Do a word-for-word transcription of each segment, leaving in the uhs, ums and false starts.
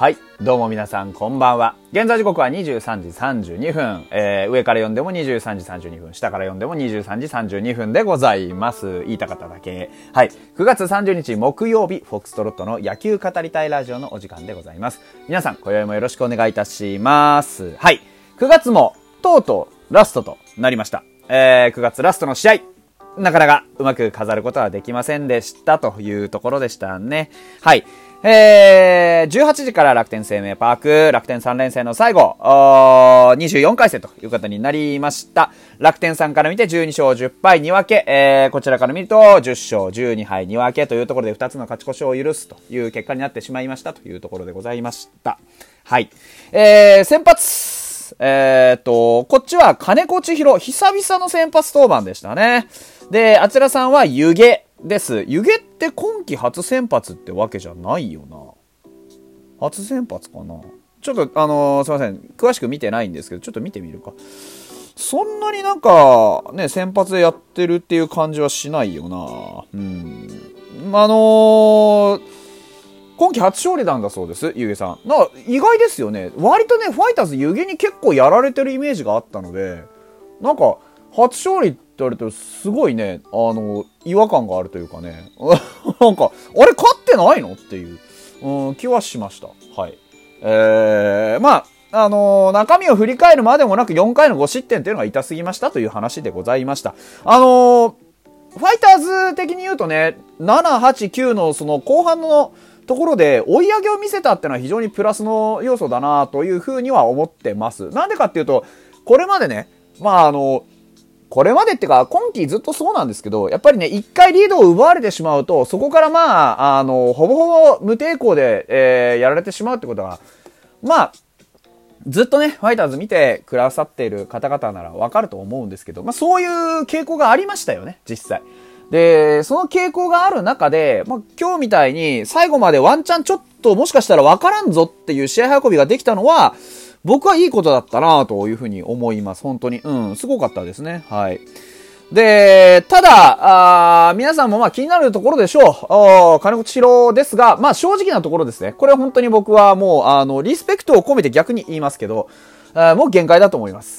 はい。どうも皆さん、こんばんは。現在時刻はにじゅうさんじさんじゅうにふん。えー、上から読んでもにじゅうさんじさんじゅうにふん。下から読んでもにじゅうさんじさんじゅうにふんでございます。言いたかっただけ。はい。くがつさんじゅうにち木曜日、フォックストロットの野球語りたいラジオのお時間でございます。皆さん、今宵もよろしくお願いいたします。はい。くがつも、とうとう、ラストとなりました。えー、くがつラストの試合。なかなかうまく飾ることはできませんでしたというところでしたね。はい。えー、じゅうはちじから楽天生命パーク、楽天さん連戦の最後、にじゅうよんかい戦ということになりました。楽天さんから見てじゅうにしょうじゅっぱいに分け、えー、こちらから見るとじゅっしょうじゅうにはいに分けというところでふたつの勝ち越しを許すという結果になってしまいましたというところでございました。はい。えー、先発、えーっと、こっちは金子千尋、久々の先発登板でしたね。で、あちらさんは湯気です。湯気って今季初先発ってわけじゃないよな。初先発かな。ちょっとあのー、すいません。詳しく見てないんですけど、ちょっと見てみるか。そんなになんか、ね、先発でやってるっていう感じはしないよな。うん。あのー、今季初勝利なんだそうです、湯気さん。なんか意外ですよね。割とね、ファイターズ湯気に結構やられてるイメージがあったので、なんか、初勝利って言われてすごいね、あの、違和感があるというかね。なんか、あれ勝ってないのっていう、うん、気はしました。はい。えー、まあ、あのー、中身を振り返るまでもなくよんかいのご失点っていうのが痛すぎましたという話でございました。あのー、ファイターズ的に言うとね、なな、はち、きゅうのその後半のところで追い上げを見せたっていうのは非常にプラスの要素だなというふうには思ってます。なんでかっていうと、これまでね、まああの、これまでってか、今季ずっとそうなんですけど、やっぱりね、一回リードを奪われてしまうと、そこからまあ、あの、ほぼほぼ無抵抗で、えー、やられてしまうってことが、まあ、ずっとね、ファイターズ見てくださっている方々ならわかると思うんですけど、まあそういう傾向がありましたよね、実際。で、その傾向がある中で、まあ今日みたいに最後までワンチャンちょっともしかしたらわからんぞっていう試合運びができたのは、僕はいいことだったなというふうに思います。本当に。うん、すごかったですね。はい。で、ただ、あ皆さんもまあ気になるところでしょう。金子千尋ですが、まあ正直なところですね。これは本当に僕はもう、あの、リスペクトを込めて逆に言いますけど、あもう限界だと思います。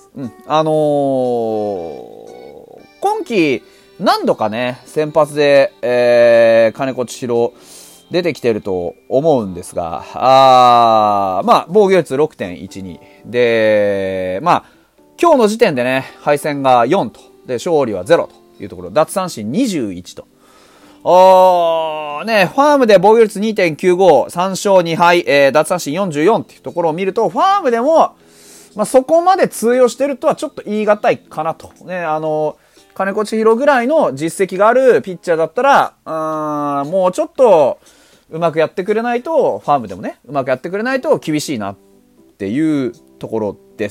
うん。あのー、今季、何度かね、先発で、えー、金子千尋、出てきてると思うんですが、あまあ、防御率 ろくてんいちに。で、まあ、今日の時点でね、敗戦がよんと。で、勝利はゼロというところ。奪三振にじゅういちと。おー、ね、ファームで防御率 にてんきゅうご、さんしょうにはい、えー、奪三振よんじゅうよんっていうところを見ると、ファームでも、まあ、そこまで通用してるとはちょっと言い難いかなと。ね、あの、金子千尋ぐらいの実績があるピッチャーだったら、うーん、もうちょっと、うまくやってくれないと、ファームでもね、うまくやってくれないと厳しいなっていうところです。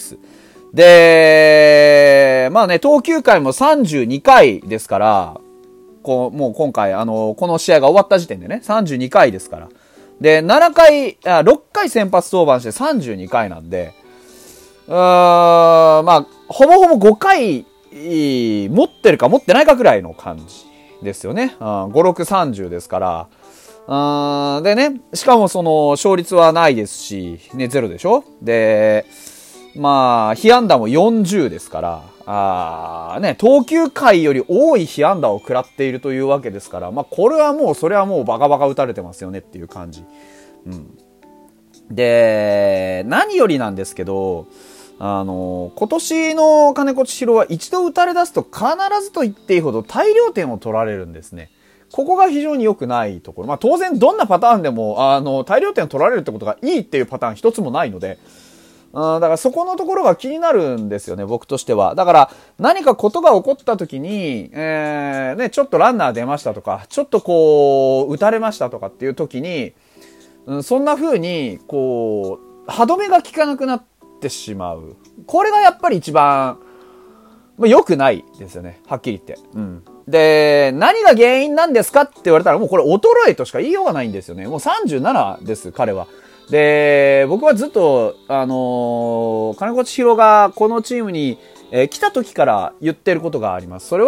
で、まあね、投球回もさんじゅうにかいですから、こう、もう今回、あの、この試合が終わった時点でね、さんじゅうにかいですから。で、ななかい、あろっかい先発登板してさんじゅうにかいなんで、うーん、まあ、ほぼほぼごかい持ってるか持ってないかくらいの感じですよね。ご、ろく、さんじゅうですから、あーでね、しかもその勝率はないですし、ね、ゼロでしょ。で、まあ、被安打もよんじゅうですから、あーね、投球回より多い被安打を食らっているというわけですから、まあ、これはもう、それはもうバカバカ打たれてますよねっていう感じ。うん。で、何よりなんですけど、あの、今年の金子千尋は一度打たれ出すと必ずと言っていいほど大量点を取られるんですね。ここが非常に良くないところ。まあ当然どんなパターンでも、あの、大量点を取られるってことがいいっていうパターン一つもないので、あだからそこのところが気になるんですよね、僕としては。だから何かことが起こった時に、えー、ね、ちょっとランナー出ましたとか、ちょっとこう、打たれましたとかっていう時に、うん、そんな風に、こう、歯止めが効かなくなってしまう。これがやっぱり一番、まあ、良くないですよね。はっきり言って。うん。で、何が原因なんですかって言われたらもうこれ衰えとしか言いようがないんですよね。もうさんじゅうななです、彼は。で、僕はずっと、あのー、金子千尋がこのチームに、えー、来た時から言ってることがあります。それは、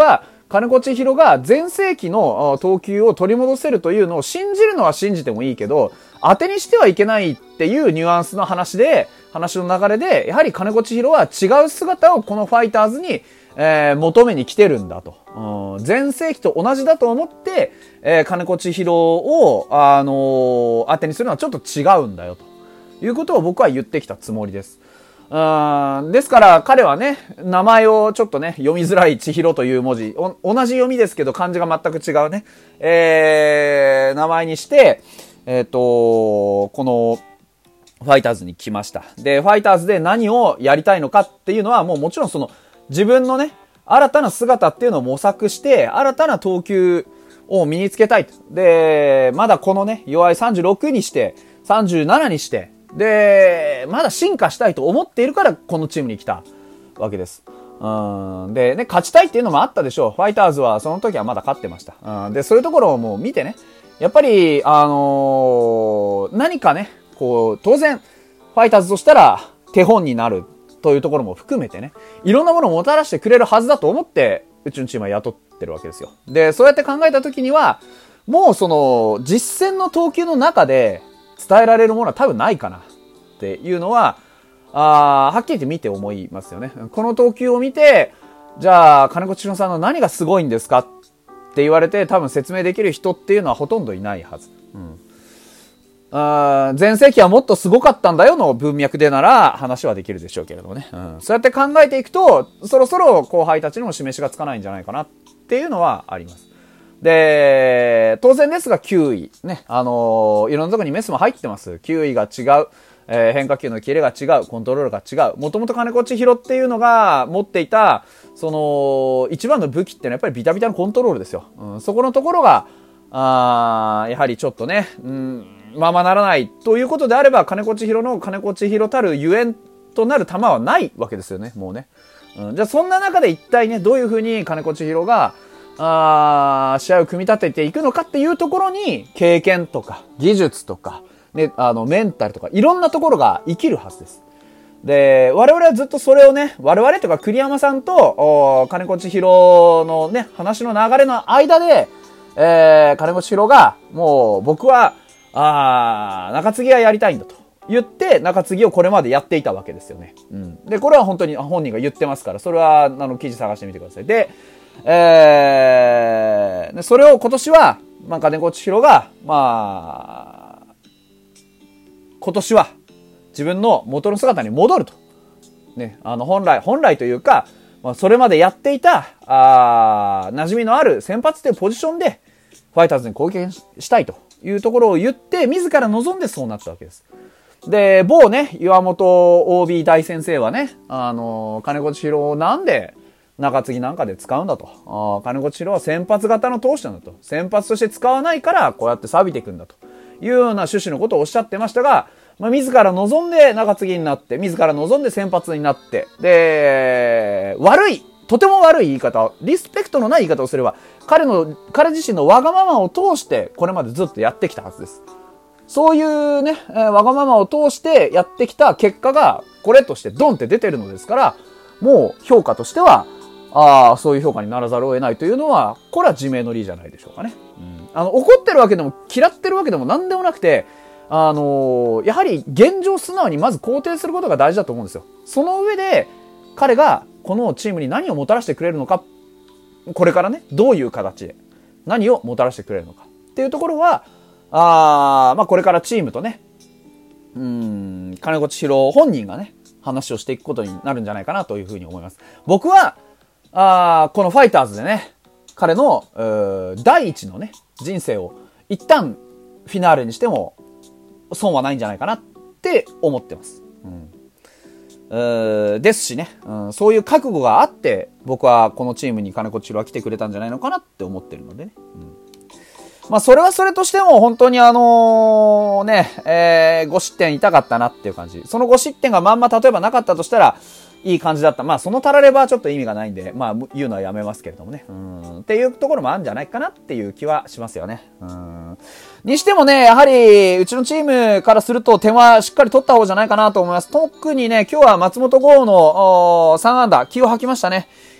金子千尋が全盛期の投球を取り戻せるというのを信じるのは信じてもいいけど、当てにしてはいけないっていうニュアンスの話で、話の流れで、やはり金子千尋は違う姿をこのファイターズに、えー、求めに来てるんだと。うん、全盛期と同じだと思って、えー、金子千尋を、あのー、当てにするのはちょっと違うんだよということを僕は言ってきたつもりです。うんですから彼はね、名前をちょっとね、読みづらい千尋という文字、同じ読みですけど漢字が全く違うね、えー、名前にして、えっと、このファイターズに来ました。で、ファイターズで何をやりたいのかっていうのはもうもちろんその自分のね、新たな姿っていうのを模索して、新たな投球を身につけたいと。で、まだこのね、弱いさんじゅうろくにして、さんじゅうななにして、で、まだ進化したいと思っているからこのチームに来たわけです。うんでね、勝ちたいっていうのもあったでしょう。ファイターズはその時はまだ勝ってました。うんで、そういうところをもう見てね、やっぱり、あのー、何かね、こう、当然、ファイターズとしたら手本になるというところも含めてね、いろんなものをもたらしてくれるはずだと思って、うちのチームは雇ってるわけですよ。で、そうやって考えた時には、もうその、実戦の投球の中で、伝えられるものは多分ないかなっていうのは、あはっきり言って見て思いますよね。この投球を見て、じゃあ、金子千尋さんの何がすごいんですかって言われて多分説明できる人っていうのはほとんどいないはず。うん、あ前世紀はもっとすごかったんだよの文脈でなら話はできるでしょうけれどもね。うん、そうやって考えていくと、そろそろ後輩たちにも示しがつかないんじゃないかなっていうのはあります。で、当然ですがきゅうい。ね。あのー、いろんなところにメスも入ってます。きゅういが違う。えー、変化球のキレが違う。コントロールが違う。もともと金子千尋っていうのが持っていた、その、一番の武器ってのはやっぱりビタビタのコントロールですよ。うん、そこのところが、あやはりちょっとね、うん、ままならないということであれば、金子千尋の金子千尋たるゆえんとなる球はないわけですよね。もうね。うん、じゃあそんな中で一体ね、どういうふうに金子千尋が、あ試合を組み立てていくのかっていうところに経験とか技術とか、ね、あのメンタルとかいろんなところが生きるはずです。で、我々はずっとそれをね、我々というか栗山さんと金子千尋のね、話の流れの間で、えー、金子千尋がもう僕はあ中継ぎはやりたいんだと言って中継ぎをこれまでやっていたわけですよね。うん、で、これは本当に本人が言ってますから、それはあの記事探してみてください。で、えー、でそれを今年は、まあ、金子千尋が、まあ、今年は自分の元の姿に戻ると。ね、あの、本来、本来というか、まあ、それまでやっていた、あ馴染みのある先発というポジションで、ファイターズに貢献したいというところを言って、自ら望んでそうなったわけです。で、某ね、岩本 オービー 大先生はね、あの、金子千尋をなんで、中継ぎなんかで使うんだと。あ金子千尋は先発型の投手なんだと。先発として使わないからこうやって錆びていくんだというような趣旨のことをおっしゃってましたが、まあ、自ら望んで中継ぎになって、自ら望んで先発になって、で、悪い、とても悪い言い方、リスペクトのない言い方をすれば、彼の、彼自身のわがままを通してこれまでずっとやってきたはずです。そういうね、えー、わがままを通してやってきた結果がこれとしてドンって出てるのですから、もう評価としては、ああ、そういう評価にならざるを得ないというのは、これは自明の理じゃないでしょうかね。うん、あの、怒ってるわけでも、嫌ってるわけでも何でもなくて、あのー、やはり現状素直にまず肯定することが大事だと思うんですよ。その上で、彼がこのチームに何をもたらしてくれるのか、これからね、どういう形で何をもたらしてくれるのかっていうところは、あまあこれからチームとね、うーん、金子千尋本人がね、話をしていくことになるんじゃないかなというふうに思います。僕は、あこのファイターズでね、彼の第一のね、人生を一旦フィナーレにしても損はないんじゃないかなって思ってます。うん、ですしね、うん、そういう覚悟があって僕はこのチームに金子千尋は来てくれたんじゃないのかなって思ってるのでね。うんまあ、それはそれとしても、本当にあのね、えー、ご失点痛かったなっていう感じ。そのご失点がまんま例えばなかったとしたら、いい感じだった。まあ、そのたらればちょっと意味がないんで、まあ、言うのはやめますけれどもね。うん。っていうところもあるんじゃないかなっていう気はしますよね。うん。にしてもね、やはり、うちのチームからすると点はしっかり取った方じゃないかなと思います。特にね、今日は松本剛のさん安打、気を吐きましたね。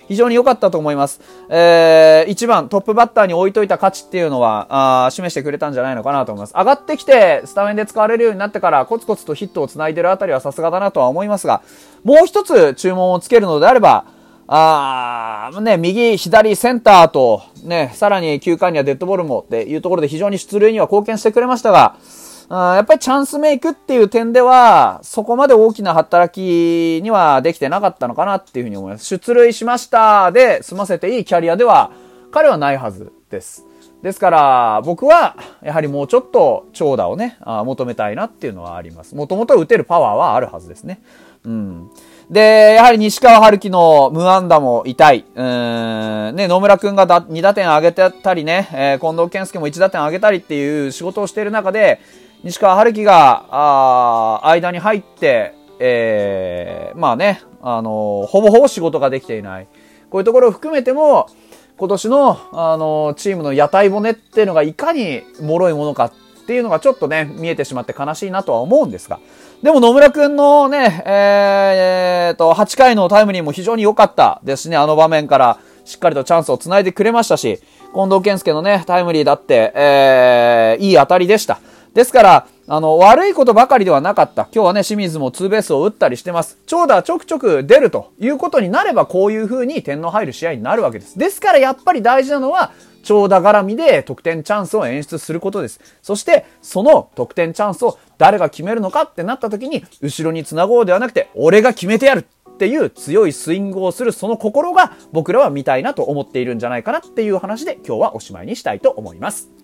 非常に良かったと思います。えー、いちばんトップバッターに置いといた価値っていうのは、あ示してくれたんじゃないのかなと思います。上がってきて、スタメンで使われるようになってから、コツコツとヒットを繋いでるあたりはさすがだなとは思いますが、もう一つ注文をつけるのであれば、あー、ね、右、左、センターと、ね、さらにきゅうかいにはデッドボールもっていうところで非常に出塁には貢献してくれましたが、あやっぱりチャンスメイクっていう点では、そこまで大きな働きにはできてなかったのかなっていうふうに思います。出塁しましたで済ませていいキャリアでは、彼はないはずです。ですから、僕は、やはりもうちょっと長打をね、あ求めたいなっていうのはあります。もともと打てるパワーはあるはずですね。うん。で、やはり西川春樹の無安打も痛い。うーん。ね、野村くんがだに打点上げてたりね、えー、近藤健介もいち打点上げたりっていう仕事をしている中で、西川春樹が、あ間に入って、えー、まあね、あのー、ほぼほぼ仕事ができていない。こういうところを含めても、今年の、あのー、チームの屋台骨っていうのがいかに脆いものかっていうのがちょっとね、見えてしまって悲しいなとは思うんですが。でも野村くんのね、えー、と、はちかいのタイムリーも非常に良かったですね。あの場面からしっかりとチャンスを繋いでくれましたし、近藤健介のね、タイムリーだって、えー、いい当たりでした。ですから、あの、悪いことばかりではなかった。今日はね、清水もツーベースを打ったりしてます。長打ちょくちょく出るということになれば、こういう風に点の入る試合になるわけです。ですからやっぱり大事なのは、長打絡みで得点チャンスを演出することです。そして、その得点チャンスを誰が決めるのかってなった時に、後ろに繋ごうではなくて、俺が決めてやるっていう強いスイングをするその心が僕らは見たいなと思っているんじゃないかなっていう話で今日はおしまいにしたいと思います。